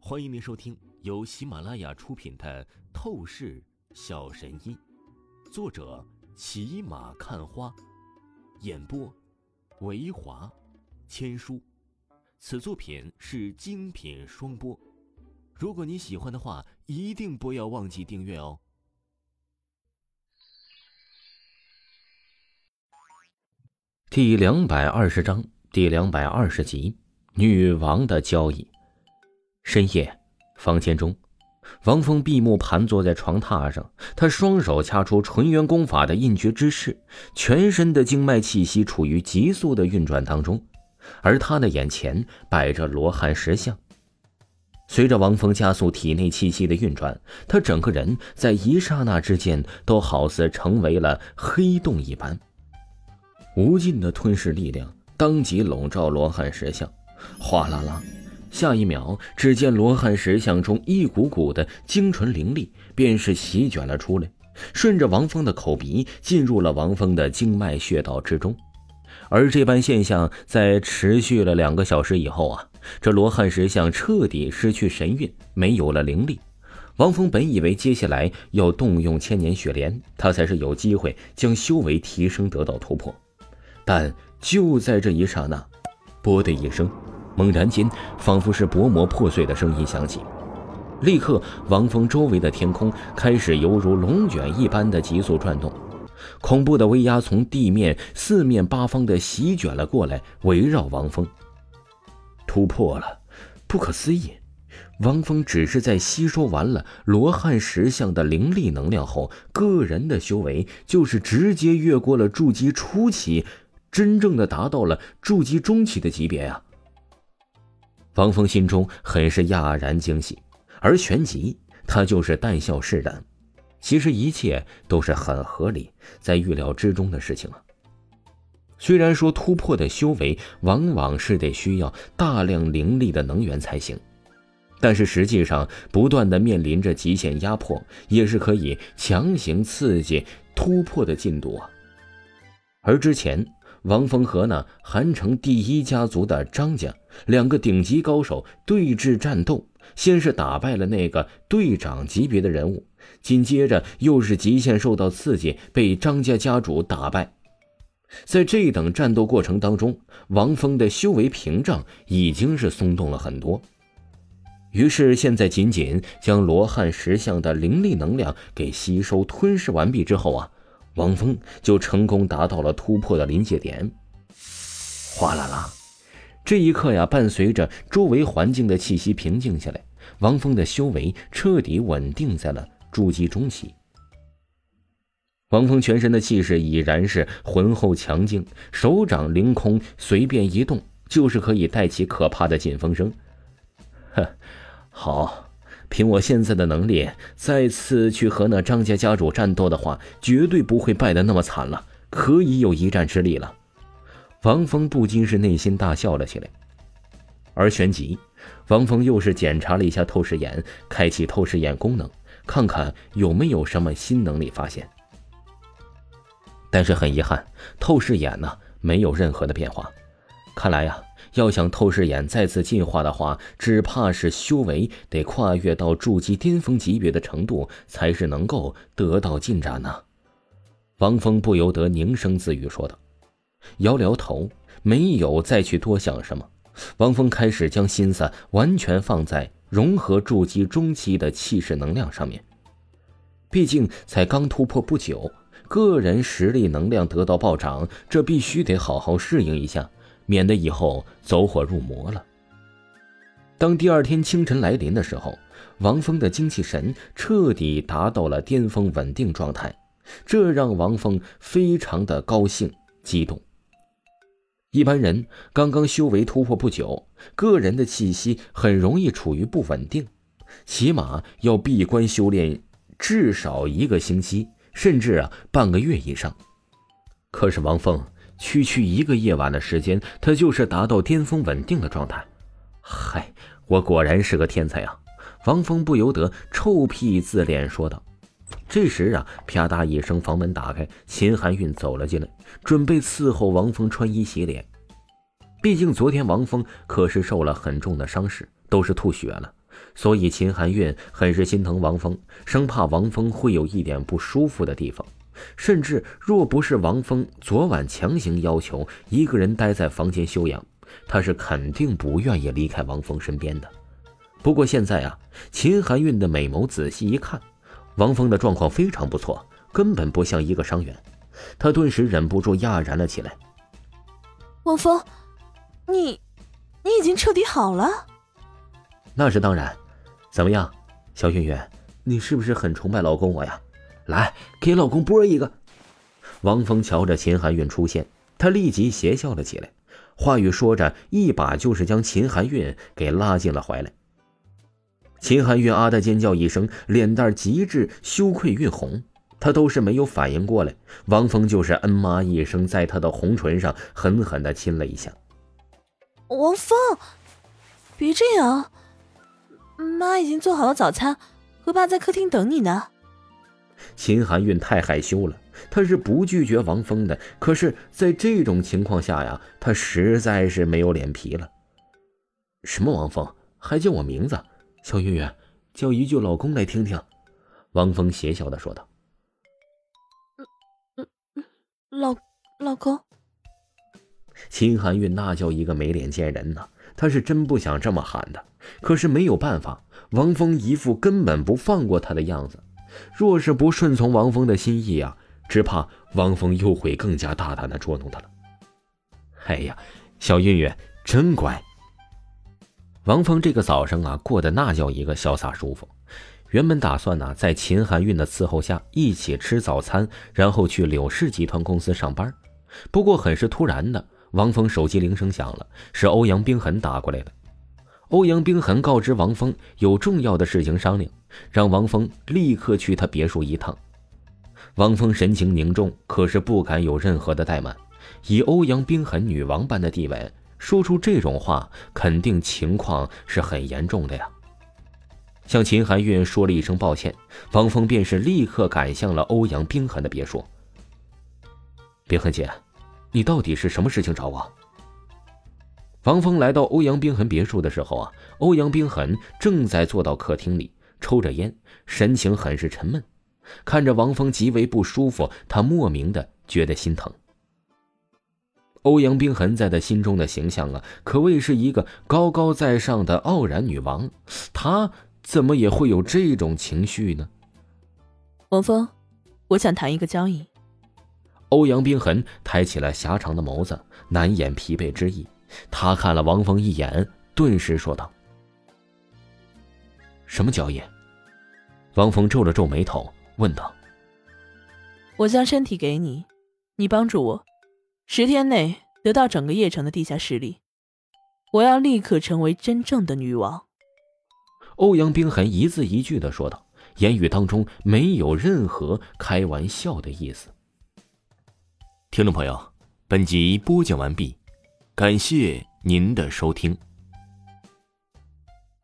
欢迎您收听由喜马拉雅出品的《透视小神医》，作者骑马看花，演播维华千书。此作品是精品双播。如果你喜欢的话，一定不要忘记订阅哦。第220章第220集，女王的交易。深夜，房间中，王峰闭目盘坐在床榻上，他双手掐出纯元功法的印诀之势，全身的经脉气息处于急速的运转当中，而他的眼前摆着罗汉石像。随着王峰加速体内气息的运转，他整个人在一刹那之间都好似成为了黑洞一般，无尽的吞噬力量当即笼罩罗汉石像，哗啦啦，下一秒，只见罗汉石像中一股股的精纯灵力便是席卷了出来，顺着王峰的口鼻进入了王峰的经脉穴道之中。而这般现象在持续了2个小时以后啊，这罗汉石像彻底失去神韵，没有了灵力。王峰本以为接下来要动用千年雪莲，他才是有机会将修为提升得到突破。但就在这一刹那，啵的一声，猛然间仿佛是薄膜破碎的声音响起，立刻王峰周围的天空开始犹如龙卷一般的急速转动，恐怖的威压从地面四面八方的席卷了过来，围绕王峰。突破了，不可思议！王峰只是在吸收完了罗汉石像的灵力能量后，个人的修为就是直接越过了筑基初期，真正的达到了筑基中期的级别啊！王峰心中很是讶然惊喜，而旋即他就是淡笑释然。其实一切都是很合理，在预料之中的事情啊。虽然说突破的修为往往是得需要大量灵力的能源才行，但是实际上不断的面临着极限压迫，也是可以强行刺激突破的进度啊。而之前王峰和韩城第1家族的张家2个顶级高手对峙战斗，先是打败了那个队长级别的人物，紧接着又是极限受到刺激，被张家家主打败。在这等战斗过程当中，王峰的修为屏障已经是松动了很多，于是现在仅仅将罗汉石像的灵力能量给吸收吞噬完毕之后啊，王峰就成功达到了突破的临界点。哗啦啦，这一刻呀，伴随着周围环境的气息平静下来，王峰的修为彻底稳定在了筑基中期。王峰全身的气势已然是浑厚强劲，手掌凌空随便一动，就是可以带起可怕的劲风声。好，凭我现在的能力，再次去和那张家家主战斗的话，绝对不会败得那么惨了，可以有一战之力了。王峰不禁是内心大笑了起来。而旋即，王峰又是检查了一下透视眼，开启透视眼功能，看看有没有什么新能力发现。但是很遗憾，透视眼没有任何的变化。看来呀，要想透视眼再次进化的话，只怕是修为得跨越到筑基巅峰级别的程度，才是能够得到进展呢。王峰不由得凝声自语说道，摇摇头，没有再去多想什么。王峰开始将心思完全放在融合筑基中期的气势能量上面。毕竟才刚突破不久，个人实力能量得到暴涨，这必须得好好适应一下，免得以后走火入魔了。当第2天清晨来临的时候，王峰的精气神彻底达到了巅峰稳定状态，这让王峰非常的高兴激动。一般人刚刚修为突破不久，个人的气息很容易处于不稳定，起码要闭关修炼至少1个星期，甚至半个月以上。可是王峰区1个夜晚的时间，他就是达到巅峰稳定的状态。嗨，我果然是个天才啊！王峰不由得臭屁自恋说道。这时啪嗒一声，房门打开，秦含韵走了进来，准备伺候王峰穿衣洗脸。毕竟昨天王峰可是受了很重的伤势，都是吐血了， 所以秦含韵很是心疼王峰，生怕王峰会有一点不舒服的地方。甚至若不是王峰昨晚强行要求一个人待在房间休养，他是肯定不愿意离开王峰身边的。不过现在秦含韵的美眸仔细一看，王峰的状况非常不错，根本不像一个伤员。他顿时忍不住讶然了起来。 王峰，你已经彻底好了？ 那是当然。怎么样，小韵韵，你是不是很崇拜老公我呀？来，给老公啵一个。王峰瞧着秦含韵出现，他立即邪笑了起来，话语说着，一把就是将秦含韵给拉进了怀来。秦含韵啊的尖叫一声，脸蛋极致羞愧晕红，她都是没有反应过来，王峰就是嗯妈一声，在她的红唇上狠狠地亲了一下。 王峰，别这样，妈已经做好了早餐，和爸在客厅等你呢。 秦含韵太害羞了，她是不拒绝王峰的，可是在这种情况下呀，她实在是没有脸皮了。什么王峰，还叫我名字？小韵韵，叫一句老公来听听。王峰邪笑地说道。 老公。 秦含韵那叫一个没脸见人呐，她是真不想这么喊的，可是没有办法，王峰一副根本不放过她的样子。若是不顺从王峰的心意只怕王峰又会更加大胆地捉弄她了。哎呀，小韵韵真乖。王峰这个早上过得那叫一个潇洒舒服。原本打算在秦含韵的伺候下一起吃早餐，然后去柳氏集团公司上班。不过很是突然的，王峰手机铃声响了，是欧阳冰痕打过来的。欧阳冰痕告知王峰有重要的事情商量，让王峰立刻去他别墅一趟。王峰神情凝重，可是不敢有任何的怠慢。以欧阳冰痕女王般的地位，说出这种话，肯定情况是很严重的呀。向秦含韵说了一声抱歉，王峰便是立刻赶向了欧阳冰痕的别墅。冰痕姐，你到底是什么事情找我？王峰来到欧阳冰痕别墅的时候欧阳冰痕正在坐到客厅里抽着烟，神情很是沉闷。看着王峰极为不舒服，他莫名的觉得心疼。欧阳冰痕在他心中的形象可谓是一个高高在上的傲然女王，她怎么也会有这种情绪呢？ 王峰，我想谈一个交易。 欧阳冰痕抬起了狭长的眸子，难掩疲惫之意。他看了王峰一眼，顿时说道：什么交易？王峰皱了皱眉头问道： 我将身体给你，你帮助我10天内得到整个邺城的地下势力，我要立刻成为真正的女王。 欧阳冰痕一字一句地说道，言语当中没有任何开玩笑的意思。听众朋友，本集播讲完毕，感谢您的收听。